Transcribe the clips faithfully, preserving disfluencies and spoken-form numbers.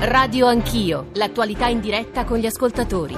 Radio Anch'io, l'attualità in diretta con gli ascoltatori.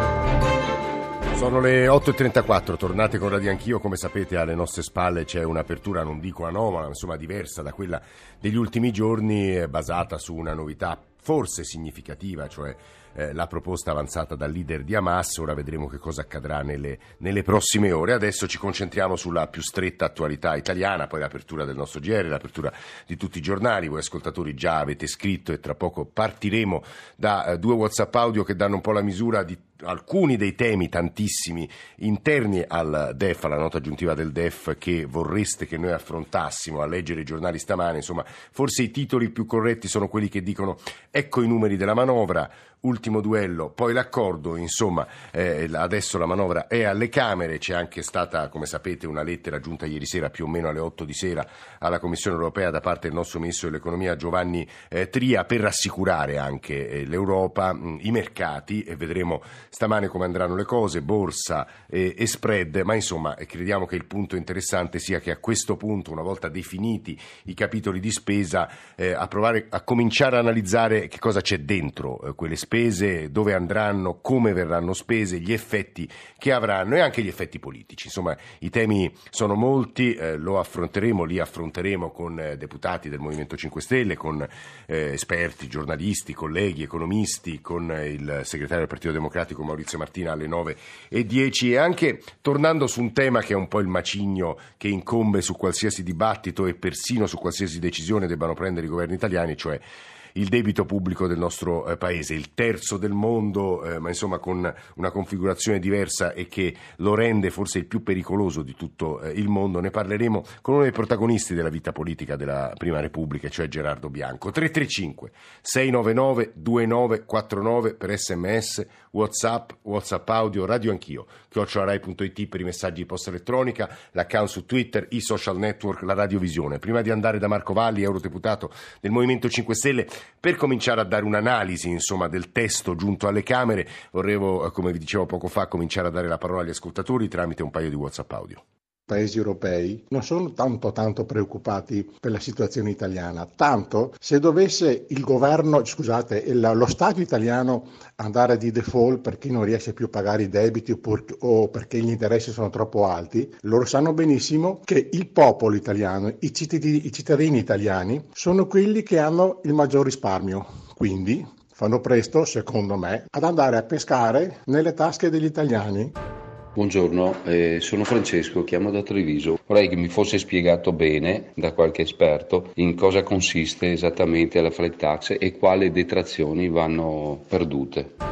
Sono le otto e trentaquattro, tornate con Radio Anch'io. Come sapete, alle nostre spalle c'è un'apertura, non dico anomala, insomma diversa da quella degli ultimi giorni, basata su una novità forse significativa, cioè eh, la proposta avanzata dal leader di Hamas. Ora vedremo che cosa accadrà nelle, nelle prossime ore. Adesso ci concentriamo sulla più stretta attualità italiana, poi l'apertura del nostro G R, l'apertura di tutti i giornali. Voi ascoltatori già avete scritto e tra poco partiremo da eh, due WhatsApp audio che danno un po' la misura di alcuni dei temi, tantissimi, interni al D E F, alla nota aggiuntiva del D E F, che vorreste che noi affrontassimo. A leggere i giornali stamane, insomma, forse i titoli più corretti sono quelli che dicono: ecco i numeri della manovra, ultimo duello, poi l'accordo, insomma, eh, adesso la manovra è alle Camere. C'è anche stata, come sapete, una lettera giunta ieri sera più o meno alle otto di sera alla Commissione Europea da parte del nostro Ministro dell'Economia Giovanni eh, Tria, per rassicurare anche eh, l'Europa, mh, i mercati, e vedremo stamane come andranno le cose, borsa e, e spread, ma insomma crediamo che il punto interessante sia che a questo punto, una volta definiti i capitoli di spesa, eh, a provare a cominciare a analizzare che cosa c'è dentro eh, quelle spese, dove andranno, come verranno spese, gli effetti che avranno e anche gli effetti politici. Insomma, i temi sono molti, eh, lo affronteremo, li affronteremo con eh, deputati del Movimento cinque Stelle, con eh, esperti, giornalisti, colleghi, economisti, con eh, il segretario del Partito Democratico Maurizio Martina alle nove e dieci, e anche tornando su un tema che è un po' il macigno che incombe su qualsiasi dibattito e persino su qualsiasi decisione debbano prendere i governi italiani, cioè il debito pubblico del nostro eh, paese, il terzo del mondo, eh, ma insomma con una configurazione diversa e che lo rende forse il più pericoloso di tutto eh, il mondo. Ne parleremo con uno dei protagonisti della vita politica della Prima Repubblica, cioè Gerardo Bianco. tre tre cinque sei nove nove due nove quattro nove per sms, WhatsApp, WhatsApp audio, Radio Anch'io, chiocciola rai punto it per i messaggi di posta elettronica, l'account su Twitter, i social network, la radiovisione. Prima di andare da Marco Valli, eurodeputato del Movimento cinque Stelle, per cominciare a dare un'analisi, insomma, del testo giunto alle Camere, vorrevo, come vi dicevo poco fa, cominciare a dare la parola agli ascoltatori tramite un paio di WhatsApp audio. Paesi europei non sono tanto tanto preoccupati per la situazione italiana, tanto se dovesse il governo, scusate, il, lo Stato italiano andare di default perché non riesce più a pagare i debiti oppure, o perché gli interessi sono troppo alti, loro sanno benissimo che il popolo italiano, i cittadini, i cittadini italiani sono quelli che hanno il maggior risparmio, quindi fanno presto, secondo me, ad andare a pescare nelle tasche degli italiani. Buongiorno, eh, sono Francesco, chiamo da Treviso. Vorrei che mi fosse spiegato bene da qualche esperto in cosa consiste esattamente la flat tax e quali detrazioni vanno perdute.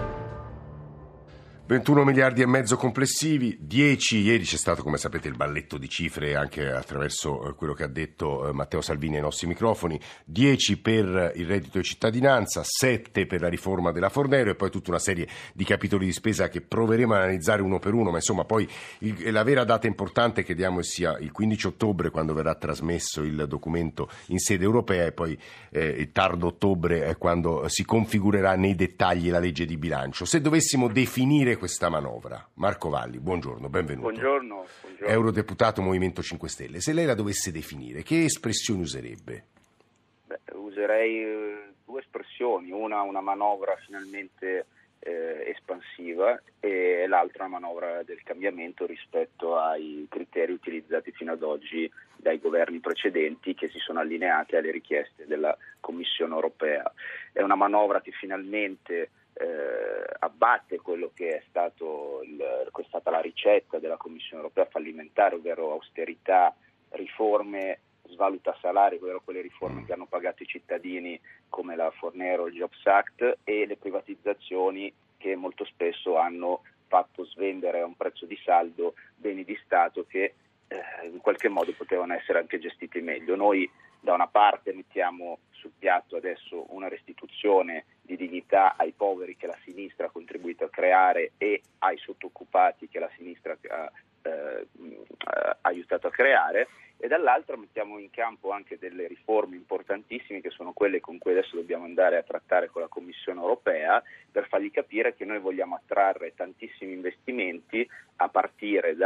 ventuno miliardi e mezzo complessivi, dieci, ieri c'è stato, come sapete, il balletto di cifre anche attraverso quello che ha detto Matteo Salvini ai nostri microfoni, dieci per il reddito di cittadinanza, sette per la riforma della Fornero e poi tutta una serie di capitoli di spesa che proveremo a analizzare uno per uno, ma insomma poi il, la vera data importante che diamo sia il quindici ottobre, quando verrà trasmesso il documento in sede europea, e poi eh, il tardo ottobre eh, quando si configurerà nei dettagli la legge di bilancio. Se dovessimo definire questa manovra, Marco Valli, buongiorno, benvenuto. Buongiorno, buongiorno. Eurodeputato Movimento cinque Stelle. Se lei la dovesse definire, che espressioni userebbe? Beh, userei eh, due espressioni, una una manovra finalmente eh, espansiva e l'altra una manovra del cambiamento rispetto ai criteri utilizzati fino ad oggi dai governi precedenti, che si sono allineati alle richieste della Commissione Europea. È una manovra che finalmente Eh, abbatte quello che è stato il, è stata la ricetta della Commissione Europea fallimentare, ovvero austerità, riforme, svaluta salari, ovvero quelle riforme che hanno pagato i cittadini come la Fornero, il Jobs Act, e le privatizzazioni che molto spesso hanno fatto svendere a un prezzo di saldo beni di Stato che eh, in qualche modo potevano essere anche gestiti meglio. Noi da una parte mettiamo sul piatto adesso una restituzione di dignità ai poveri che la sinistra ha contribuito a creare e ai sottoccupati che la sinistra ha eh, aiutato a creare, e dall'altra mettiamo in campo anche delle riforme importantissime che sono quelle con cui adesso dobbiamo andare a trattare con la Commissione Europea, per fargli capire che noi vogliamo attrarre tantissimi investimenti a partire da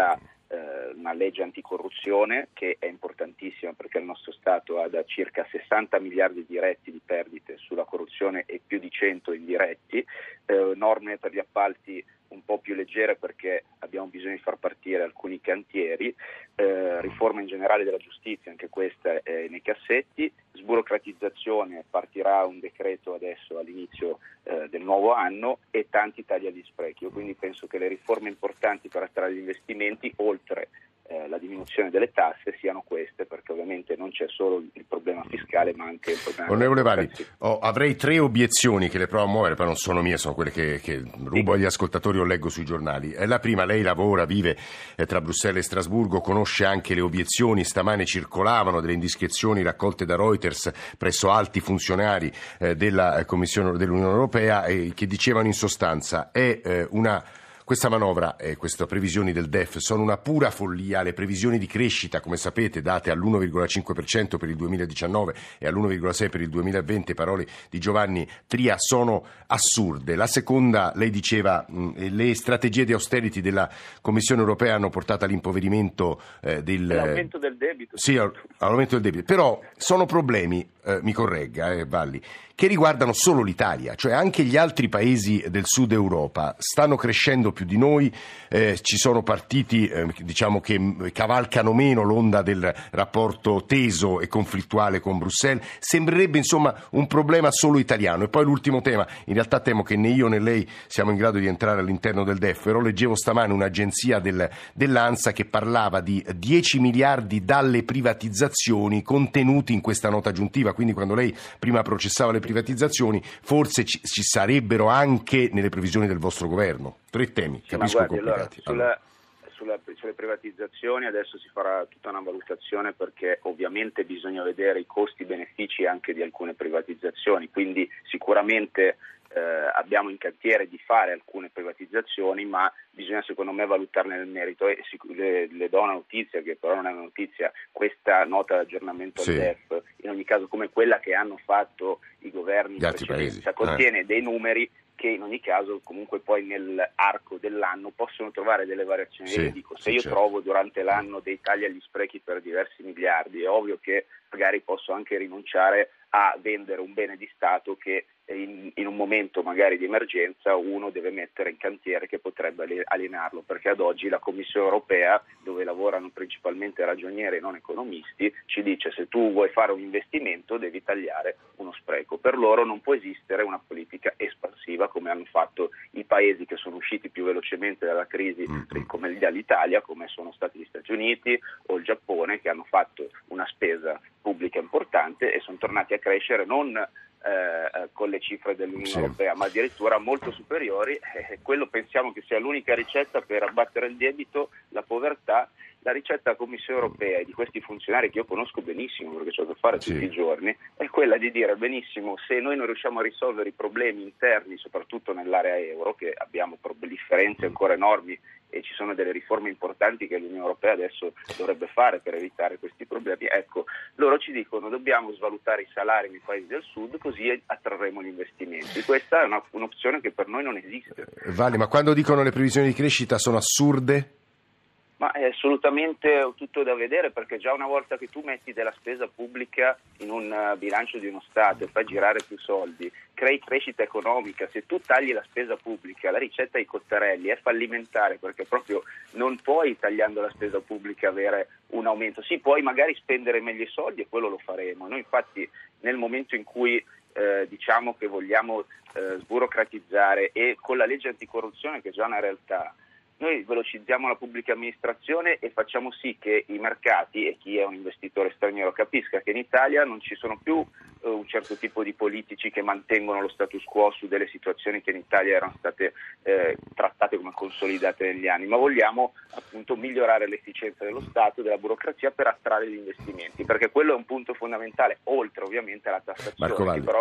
eh, una legge anticorruzione che è importantissima perché il nostro Stato ha da circa sessanta miliardi diretti di perdite sulla corruzione e più di cento indiretti, eh, norme per gli appalti un po' più leggere perché abbiamo bisogno di far partire alcuni cantieri, eh, riforma in generale della giustizia, anche questa è nei cassetti, sburocratizzazione, partirà un decreto adesso all'inizio eh, del nuovo anno e tanti tagli agli sprechi. Io quindi penso che le riforme importanti per attrarre gli investimenti, oltre eh, la diminuzione delle tasse, siano queste, perché ovviamente non c'è solo il problema fiscale ma anche il problema... Onorevole Valli, oh, avrei tre obiezioni che le provo a muovere, poi non sono mie, sono quelle che, che rubo agli ascoltatori o leggo sui giornali. La prima, lei lavora, vive eh, tra Bruxelles e Strasburgo, conosce anche le obiezioni, stamane circolavano delle indiscrezioni raccolte da Reuters presso alti funzionari eh, della Commissione dell'Unione Europea eh, che dicevano in sostanza è eh, una... Questa manovra e queste previsioni del D E F sono una pura follia. Le previsioni di crescita, come sapete, date all'uno virgola cinque per cento per il duemiladiciannove e all'uno virgola sei per cento per il duemilaventi, parole di Giovanni Tria, sono assurde. La seconda, lei diceva, mh, le strategie di austerity della Commissione europea hanno portato all'impoverimento eh, del... L'aumento del debito. Sì, all'aumento del debito. Però sono problemi, eh, mi corregga, eh, Valli, che riguardano solo l'Italia, cioè anche gli altri paesi del sud Europa stanno crescendo più di noi, eh, ci sono partiti eh, diciamo che cavalcano meno l'onda del rapporto teso e conflittuale con Bruxelles, sembrerebbe insomma un problema solo italiano. E poi l'ultimo tema, in realtà temo che né io né lei siamo in grado di entrare all'interno del D E F, però leggevo stamane un'agenzia del, dell'ANSA che parlava di dieci miliardi dalle privatizzazioni contenuti in questa nota aggiuntiva, quindi quando lei prima processava le privatizzazioni forse ci, ci sarebbero anche nelle previsioni del vostro governo. Tre temi, sì, capisco guardi, complicati. Allora, sulla, sulla, sulle privatizzazioni adesso si farà tutta una valutazione perché ovviamente bisogna vedere i costi-benefici anche di alcune privatizzazioni, quindi sicuramente eh, abbiamo in cantiere di fare alcune privatizzazioni, ma bisogna secondo me valutarne nel merito e sic- le, le do una notizia che però non è una notizia, questa nota di aggiornamento sì. al D E F, in ogni caso come quella che hanno fatto i governi in precedenza, contiene eh. dei numeri che in ogni caso comunque poi nell'arco dell'anno possono trovare delle variazioni. Sì, io dico, se io certo. trovo durante l'anno dei tagli agli sprechi per diversi miliardi, è ovvio che magari posso anche rinunciare a vendere un bene di Stato che in, in un momento magari di emergenza uno deve mettere in cantiere, che potrebbe alienarlo, perché ad oggi la Commissione europea, dove lavorano principalmente ragionieri e non economisti, ci dice se tu vuoi fare un investimento devi tagliare uno spreco. Per loro non può esistere una politica espansiva come hanno fatto i paesi che sono usciti più velocemente dalla crisi, mm-hmm. come l'Italia, come sono stati gli Stati Uniti o il Giappone, che hanno fatto una spesa pubblica importante e sono tornati a crescere non eh, con le cifre dell'Unione sì. Europea, ma addirittura molto superiori. Eh, quello pensiamo che sia l'unica ricetta per abbattere il debito, la povertà. La ricetta della Commissione Europea e di questi funzionari che io conosco benissimo perché ce l'ho da fare sì. tutti i giorni, è quella di dire benissimo, se noi non riusciamo a risolvere i problemi interni, soprattutto nell'area euro, che abbiamo differenze ancora enormi e ci sono delle riforme importanti che l'Unione Europea adesso dovrebbe fare per evitare questi problemi, ecco, loro ci dicono dobbiamo svalutare i salari nei paesi del sud così attrarremo gli investimenti. Questa è una, un'opzione che per noi non esiste. Vale, ma quando dicono le previsioni di crescita sono assurde? Ma è assolutamente tutto da vedere, perché già una volta che tu metti della spesa pubblica in un bilancio di uno Stato e fai girare più soldi, crei crescita economica. Se tu tagli la spesa pubblica, la ricetta ai Cottarelli è fallimentare, perché proprio non puoi, tagliando la spesa pubblica, avere un aumento. Sì, puoi magari spendere meglio i soldi e quello lo faremo. Noi infatti nel momento in cui eh, diciamo che vogliamo eh, sburocratizzare e con la legge anticorruzione, che è già una realtà, noi velocizziamo la pubblica amministrazione e facciamo sì che i mercati e chi è un investitore straniero capisca che in Italia non ci sono più uh, un certo tipo di politici che mantengono lo status quo su delle situazioni che in Italia erano state eh, trattate come consolidate negli anni, ma vogliamo appunto migliorare l'efficienza dello Stato e della burocrazia per attrarre gli investimenti, perché quello è un punto fondamentale, oltre ovviamente alla tassazione, che però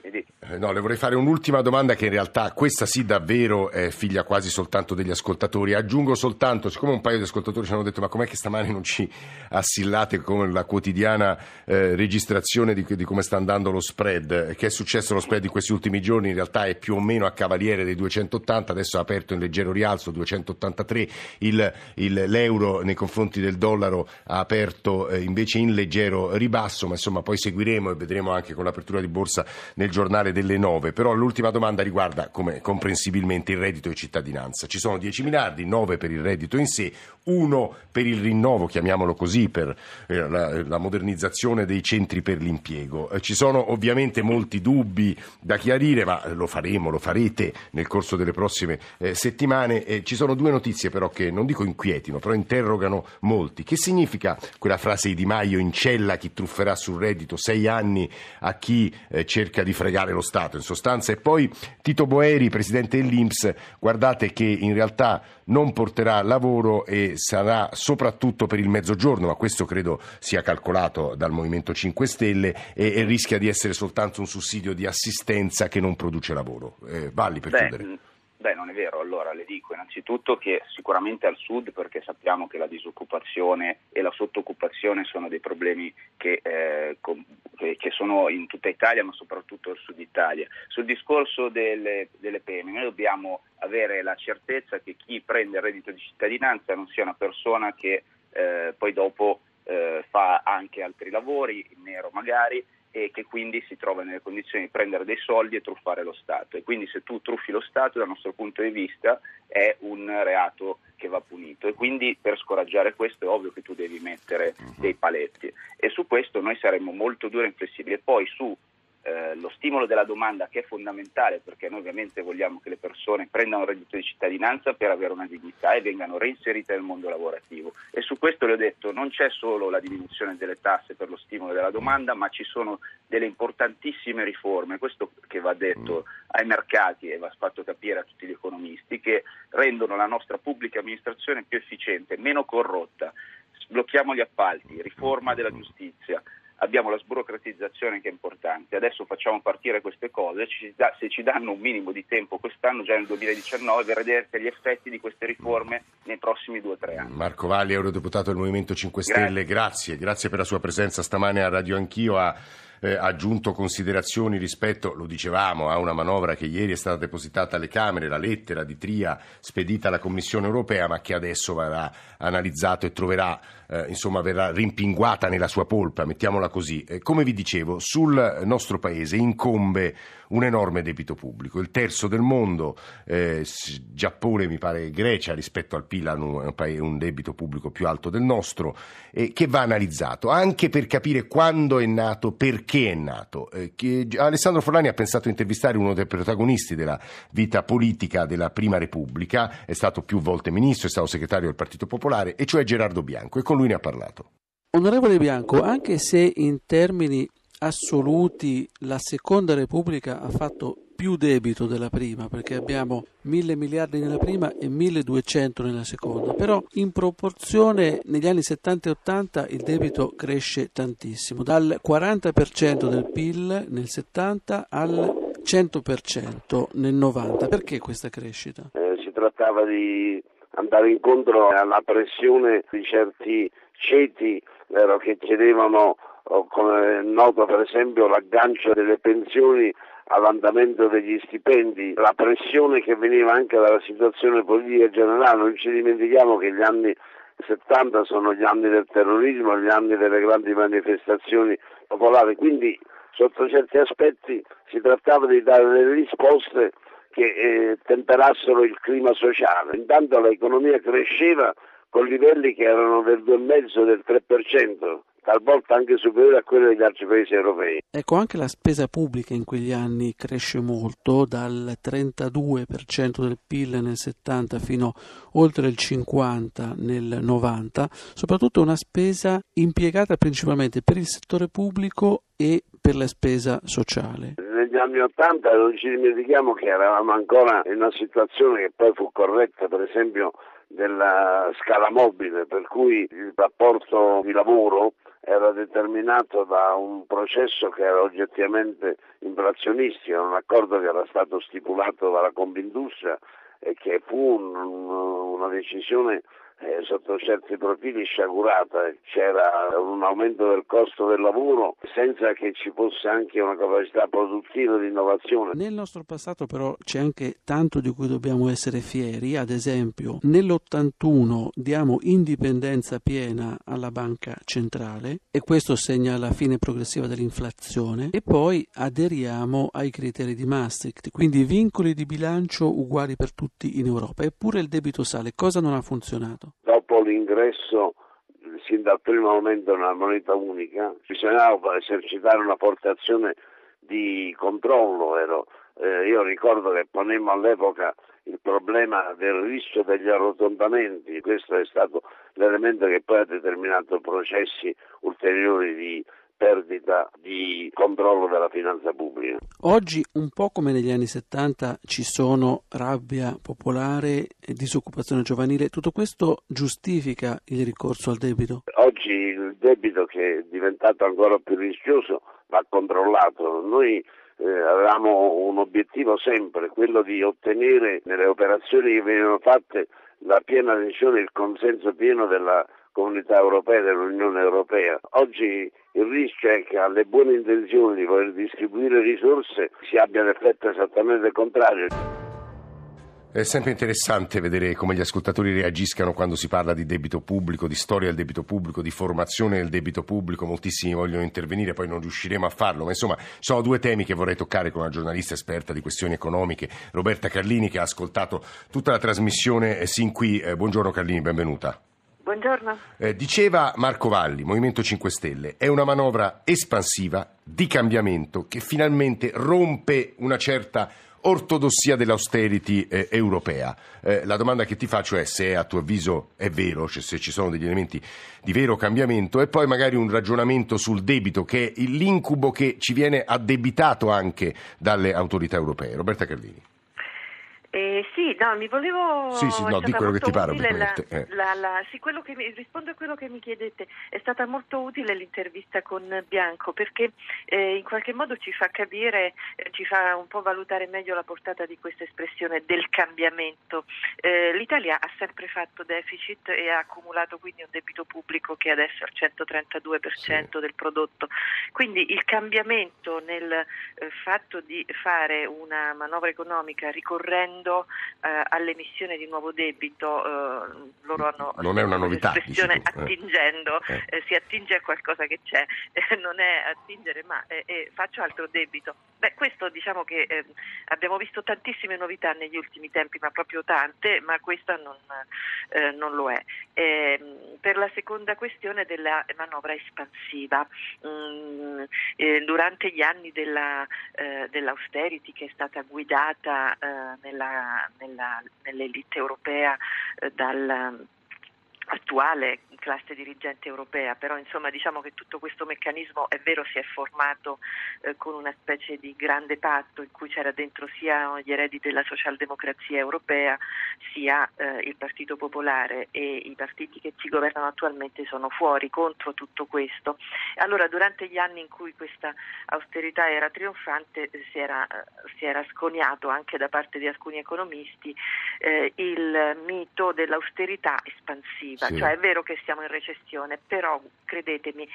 Eh, no, le vorrei fare un'ultima domanda che in realtà questa sì davvero è figlia quasi soltanto degli ascoltatori. Aggiungo soltanto, siccome un paio di ascoltatori ci hanno detto ma com'è che stamani non ci assillate con la quotidiana eh, registrazione di, di come sta andando lo spread, che è successo lo spread in questi ultimi giorni, in realtà è più o meno a cavaliere dei duecentottanta, adesso è aperto in leggero rialzo, duecentottantatré, il, il, l'euro nei confronti del dollaro ha aperto eh, invece in leggero ribasso, ma insomma poi seguiremo e vedremo anche con l'apertura di borsa nel giornale delle nove. Però l'ultima domanda riguarda, come comprensibilmente, il reddito di cittadinanza. Ci sono dieci miliardi, nove per il reddito in sé, uno per il rinnovo, chiamiamolo così, per eh, la, la modernizzazione dei centri per l'impiego. Eh, ci sono ovviamente molti dubbi da chiarire, ma lo faremo, lo farete nel corso delle prossime eh, settimane. Eh, ci sono due notizie però che non dico inquietino, però interrogano molti. Che significa quella frase di Di Maio: in cella chi trufferà sul reddito, sei anni a chi eh, cerca di fregare lo Stato, in sostanza. E poi Tito Boeri, presidente dell'I N P S, guardate che in realtà non porterà lavoro e sarà soprattutto per il mezzogiorno, ma questo credo sia calcolato dal Movimento cinque Stelle, e, e rischia di essere soltanto un sussidio di assistenza che non produce lavoro. Eh, Valli, per Beh, chiudere. Beh, non è vero. Allora le dico innanzitutto che sicuramente al sud, perché sappiamo che la disoccupazione e la sottoccupazione sono dei problemi che, eh, com- che sono in tutta Italia, ma soprattutto al sud Italia. Sul discorso delle, delle pene, noi dobbiamo avere la certezza che chi prende il reddito di cittadinanza non sia una persona che eh, poi dopo eh, fa anche altri lavori, in nero magari, e che quindi si trova nelle condizioni di prendere dei soldi e truffare lo Stato. E quindi se tu truffi lo Stato, dal nostro punto di vista, è un reato che va punito. E quindi per scoraggiare questo è ovvio che tu devi mettere dei paletti. E su questo noi saremmo molto duri e inflessibili. E poi su eh, lo stimolo della domanda, che è fondamentale, perché noi ovviamente vogliamo che le persone prendano il reddito di cittadinanza per avere una dignità e vengano reinserite nel mondo lavorativo. E su questo le ho detto, non c'è solo la diminuzione delle tasse per lo stimolo della domanda, ma ci sono delle importantissime riforme, questo che va detto ai mercati e va fatto capire a tutti gli economisti, che rendono la nostra pubblica amministrazione più efficiente, meno corrotta. Sblocchiamo gli appalti, riforma della giustizia. Abbiamo la sburocratizzazione che è importante, adesso facciamo partire queste cose, ci da, se ci danno un minimo di tempo quest'anno, già nel duemiladiciannove, vedrete gli effetti di queste riforme nei prossimi due o tre anni. Marco Valli, eurodeputato del Movimento cinque Stelle, grazie, grazie, grazie per la sua presenza stamane a Radio Anch'io. Ha eh, aggiunto considerazioni rispetto, lo dicevamo, a una manovra che ieri è stata depositata alle Camere, la lettera di Tria spedita alla Commissione europea, ma che adesso verrà analizzato e troverà, eh, insomma, verrà rimpinguata nella sua polpa, mettiamola così. Eh, come vi dicevo, sul nostro paese incombe un enorme debito pubblico, il terzo del mondo, eh, Giappone, mi pare Grecia, rispetto al P I L hanno un, un debito pubblico più alto del nostro, eh, che va analizzato anche per capire quando è nato, perché è nato. Eh, che Alessandro Forlani ha pensato di intervistare uno dei protagonisti della vita politica della Prima Repubblica, è stato più volte ministro, è stato segretario del Partito Popolare, e cioè Gerardo Bianco, e con lui ne ha parlato. Onorevole Bianco, anche se in termini assoluti la Seconda Repubblica ha fatto più debito della prima, perché abbiamo mille miliardi nella prima e milleduecento nella seconda, però in proporzione negli anni settanta e ottanta il debito cresce tantissimo, dal quaranta per cento del P I L nel settanta al cento per cento nel novanta. Perché questa crescita? Eh, si trattava di andare incontro alla pressione di certi ceti, vero, che chiedevano, come è noto per esempio, l'aggancio delle pensioni all'andamento degli stipendi, la pressione che veniva anche dalla situazione politica generale. Non ci dimentichiamo che gli anni settanta sono gli anni del terrorismo, gli anni delle grandi manifestazioni popolari, quindi sotto certi aspetti si trattava di dare delle risposte che eh, temperassero il clima sociale. Intanto l'economia cresceva con livelli che erano del due virgola cinque, del tre per cento, talvolta anche superiore a quelli degli altri paesi europei. Ecco, anche la spesa pubblica in quegli anni cresce molto, dal trentadue per cento del P I L nel settanta fino oltre il cinquanta per cento nel novanta, soprattutto una spesa impiegata principalmente per il settore pubblico e per la spesa sociale. Negli anni ottanta non ci dimentichiamo che eravamo ancora in una situazione che poi fu corretta, per esempio della scala mobile, per cui il rapporto di lavoro era determinato da un processo che era oggettivamente inflazionistico, un accordo che era stato stipulato dalla Confindustria e che fu un, una decisione eh, sotto certi profili sciagurata. C'era un aumento del costo del lavoro senza che ci fosse anche una capacità produttiva di innovazione. Nel nostro passato però c'è anche tanto di cui dobbiamo essere fieri. Ad esempio nell'ottantuno diamo indipendenza piena alla banca centrale e questo segna la fine progressiva dell'inflazione, e poi aderiamo ai criteri di Maastricht, quindi vincoli di bilancio uguali per tutti in Europa. Eppure il debito sale. Cosa non ha funzionato? Dopo l'ingresso sin dal primo momento nella moneta unica bisognava esercitare una forte azione di controllo. Ero, eh, io ricordo che ponemmo all'epoca il problema del rischio degli arrotondamenti. Questo è stato l'elemento che poi ha determinato processi ulteriori di perdita di controllo della finanza pubblica. Oggi, un po' come negli anni settanta, ci sono rabbia popolare e disoccupazione giovanile. Tutto questo giustifica il ricorso al debito? Oggi il debito, che è diventato ancora più rischioso, va controllato. Noi eh, avevamo un obiettivo sempre, quello di ottenere nelle operazioni che venivano fatte la piena adesione e il consenso pieno della Comunità Europea e dell'Unione Europea. Oggi il rischio è che alle buone intenzioni di voler distribuire risorse si abbia l'effetto esattamente contrario. È sempre interessante vedere come gli ascoltatori reagiscano quando si parla di debito pubblico, di storia del debito pubblico, di formazione del debito pubblico. Moltissimi vogliono intervenire, poi non riusciremo a farlo, ma insomma sono due temi che vorrei toccare con una giornalista esperta di questioni economiche, Roberta Carlini, che ha ascoltato tutta la trasmissione sin qui. Eh, buongiorno Carlini, benvenuta. Buongiorno. Eh, diceva Marco Valli, Movimento cinque Stelle, è una manovra espansiva, di cambiamento, che finalmente rompe una certa ortodossia dell'austerity eh, europea. Eh, la domanda che ti faccio è se a tuo avviso è vero, cioè se ci sono degli elementi di vero cambiamento, e poi magari un ragionamento sul debito, che è l'incubo che ci viene addebitato anche dalle autorità europee. Roberta Carlini. Eh, sì, no, mi volevo... Sì, sì, no, di quello che ti pare, ovviamente. Eh. La, la, sì, quello che mi, rispondo a quello che mi chiedete. È stata molto utile l'intervista con Bianco, perché eh, in qualche modo ci fa capire, eh, ci fa un po' valutare meglio la portata di questa espressione del cambiamento. Eh, L'Italia ha sempre fatto deficit e ha accumulato quindi un debito pubblico che adesso è al centotrentadue per cento sì. del prodotto. Quindi il cambiamento nel eh, fatto di fare una manovra economica ricorrendo Eh, all'emissione di nuovo debito, eh, loro hanno non è una novità, l'espressione attingendo, eh. eh, si attinge a qualcosa che c'è, eh, non è attingere ma eh, eh, faccio altro debito. Beh, questo diciamo che eh, abbiamo visto tantissime novità negli ultimi tempi, ma proprio tante, ma questa non, eh, non lo è. Eh, per la seconda questione della manovra espansiva, mh, eh, durante gli anni della, eh, dell'austerity, che è stata guidata eh, nella Nella, nell'elite europea eh, dal attuale classe dirigente europea, però insomma diciamo che tutto questo meccanismo è vero si è formato eh, con una specie di grande patto in cui c'era dentro sia gli eredi della socialdemocrazia europea sia eh, il Partito Popolare, e i partiti che ci governano attualmente sono fuori contro tutto questo. Allora durante gli anni in cui questa austerità era trionfante eh, si, era, eh, si era sconiato anche da parte di alcuni economisti eh, il mito dell'austerità espansiva. Sì. Cioè è vero che siamo in recessione, però credetemi,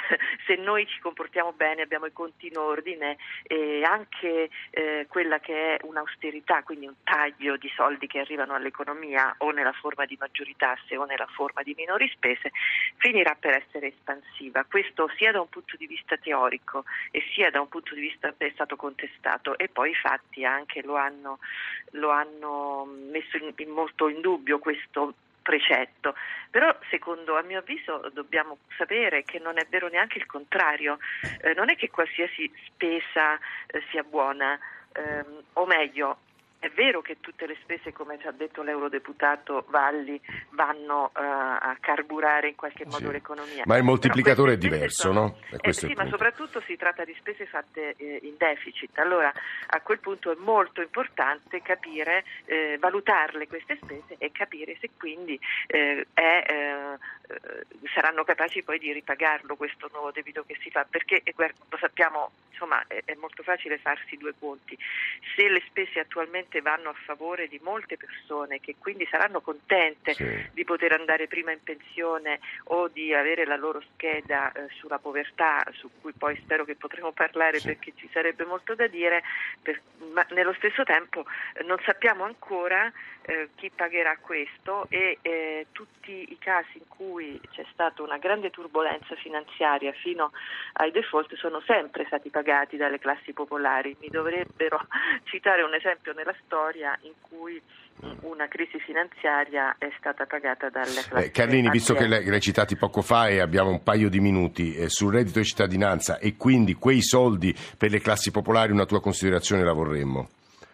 se noi ci comportiamo bene, abbiamo i conti in ordine, e anche eh, quella che è un'austerità, quindi un taglio di soldi che arrivano all'economia o nella forma di maggiori tasse o nella forma di minori spese, finirà per essere espansiva. Questo sia da un punto di vista teorico e sia da un punto di vista è stato contestato, e poi i fatti anche lo hanno, lo hanno messo in, in molto in dubbio questo precetto. Però secondo, a mio avviso, dobbiamo sapere che non è vero neanche il contrario, eh, non è che qualsiasi spesa eh, sia buona, ehm, o meglio, È vero che tutte le spese, come ci ha detto l'eurodeputato Valli, vanno uh, a carburare in qualche modo sì. l'economia. Ma il moltiplicatore è diverso, sono, no? E eh, sì, ma soprattutto si tratta di spese fatte eh, in deficit. Allora, a quel punto è molto importante capire, eh, valutarle queste spese e capire se quindi eh, è, eh, saranno capaci poi di ripagarlo questo nuovo debito che si fa, perché eh, lo sappiamo, insomma, è, è molto facile farsi due conti. Se le spese attualmente vanno a favore di molte persone che quindi saranno contente sì. di poter andare prima in pensione o di avere la loro scheda eh, sulla povertà, su cui poi spero che potremo parlare sì. perché ci sarebbe molto da dire, per, ma nello stesso tempo eh, non sappiamo ancora eh, chi pagherà questo e eh, tutti i casi in cui c'è stata una grande turbolenza finanziaria fino ai default sono sempre stati pagati dalle classi popolari. Mi dovrebbero citare un esempio nella storia in cui una crisi finanziaria è stata pagata dalle classi eh, Carlini, visto che l'hai citati poco fa e abbiamo un paio di minuti eh, sul reddito di cittadinanza e quindi quei soldi per le classi popolari, una tua considerazione la vorremmo.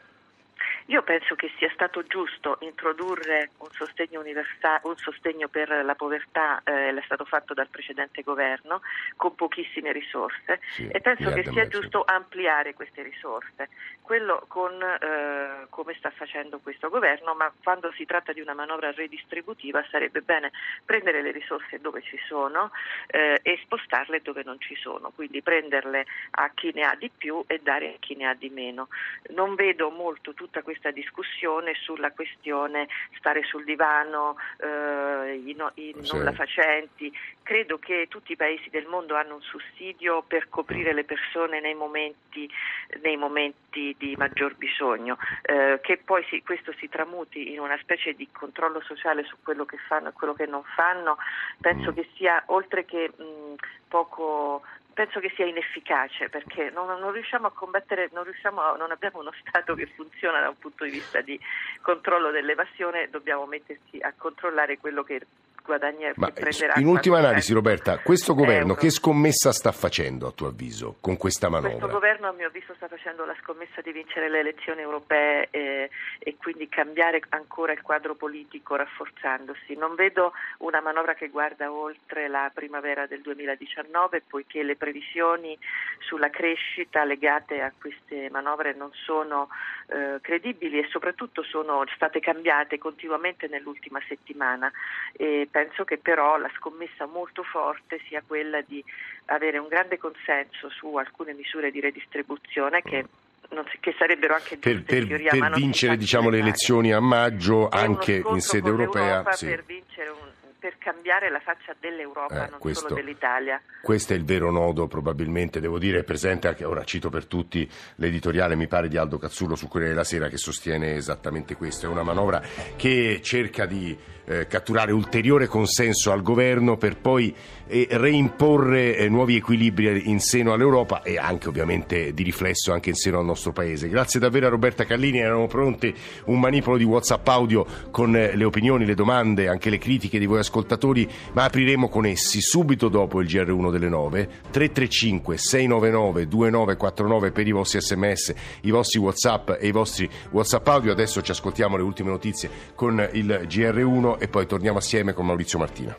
Io penso che sia stato giusto introdurre un sostegno universale, un sostegno per la povertà, eh, l'è stato fatto dal precedente governo con pochissime risorse sì, e penso che sia giusto ampliare queste risorse. Quello con eh, come sta facendo questo governo, ma quando si tratta di una manovra redistributiva sarebbe bene prendere le risorse dove ci sono eh, e spostarle dove non ci sono, quindi prenderle a chi ne ha di più e dare a chi ne ha di meno. Non vedo molto tutta questa discussione sulla questione stare sul divano, eh, i, no, i sì. nulla facenti. Credo che tutti i paesi del mondo hanno un sussidio per coprire le persone nei momenti, nei momenti di maggior bisogno, eh, che poi si, questo si tramuti in una specie di controllo sociale su quello che fanno e quello che non fanno, penso che sia, oltre che mh, poco... penso che sia inefficace perché non, non riusciamo a combattere, non, riusciamo a, non abbiamo uno Stato che funziona da un punto di vista di controllo dell'evasione, dobbiamo metterci a controllare quello che guadagna, Ma che prenderà. In ultima analisi, Roberta, questo governo euro. Che scommessa sta facendo a tuo avviso con questa manovra? Questo governo a mio avviso sta facendo la scommessa di vincere le elezioni europee eh, e quindi cambiare ancora il quadro politico rafforzandosi. Non vedo una manovra che guarda oltre la primavera del duemiladiciannove, poiché le previsioni sulla crescita legate a queste manovre non sono eh, credibili e soprattutto sono state cambiate continuamente nell'ultima settimana. E penso che però la scommessa molto forte sia quella di avere un grande consenso su alcune misure di redistribuzione che Non si, che sarebbero anche per, per, in teoria, per ma non vincere diciamo, le fare. elezioni a maggio È anche in sede europea sì. per vincere un, per cambiare la faccia dell'Europa, eh, non questo, solo dell'Italia. Questo è il vero nodo, probabilmente, devo dire, è presente anche, ora cito per tutti l'editoriale, mi pare, di Aldo Cazzullo su Corriere della Sera, che sostiene esattamente questo. È una manovra che cerca di eh, catturare ulteriore consenso al governo per poi eh, reimporre eh, nuovi equilibri in seno all'Europa e anche ovviamente di riflesso anche in seno al nostro Paese. Grazie davvero a Roberta Carlini, erano pronti un manipolo di WhatsApp audio con eh, le opinioni, le domande, anche le critiche di voi ascoltatori, ma apriremo con essi subito dopo il G R uno delle nove. Tre tre cinque sei nove nove due nove quattro nove per i vostri sms, i vostri WhatsApp e i vostri WhatsApp audio. Adesso ci ascoltiamo le ultime notizie con il G R uno e poi torniamo assieme con Maurizio Martina.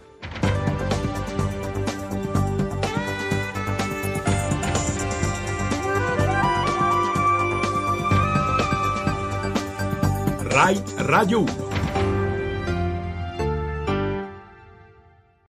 Rai Radio uno.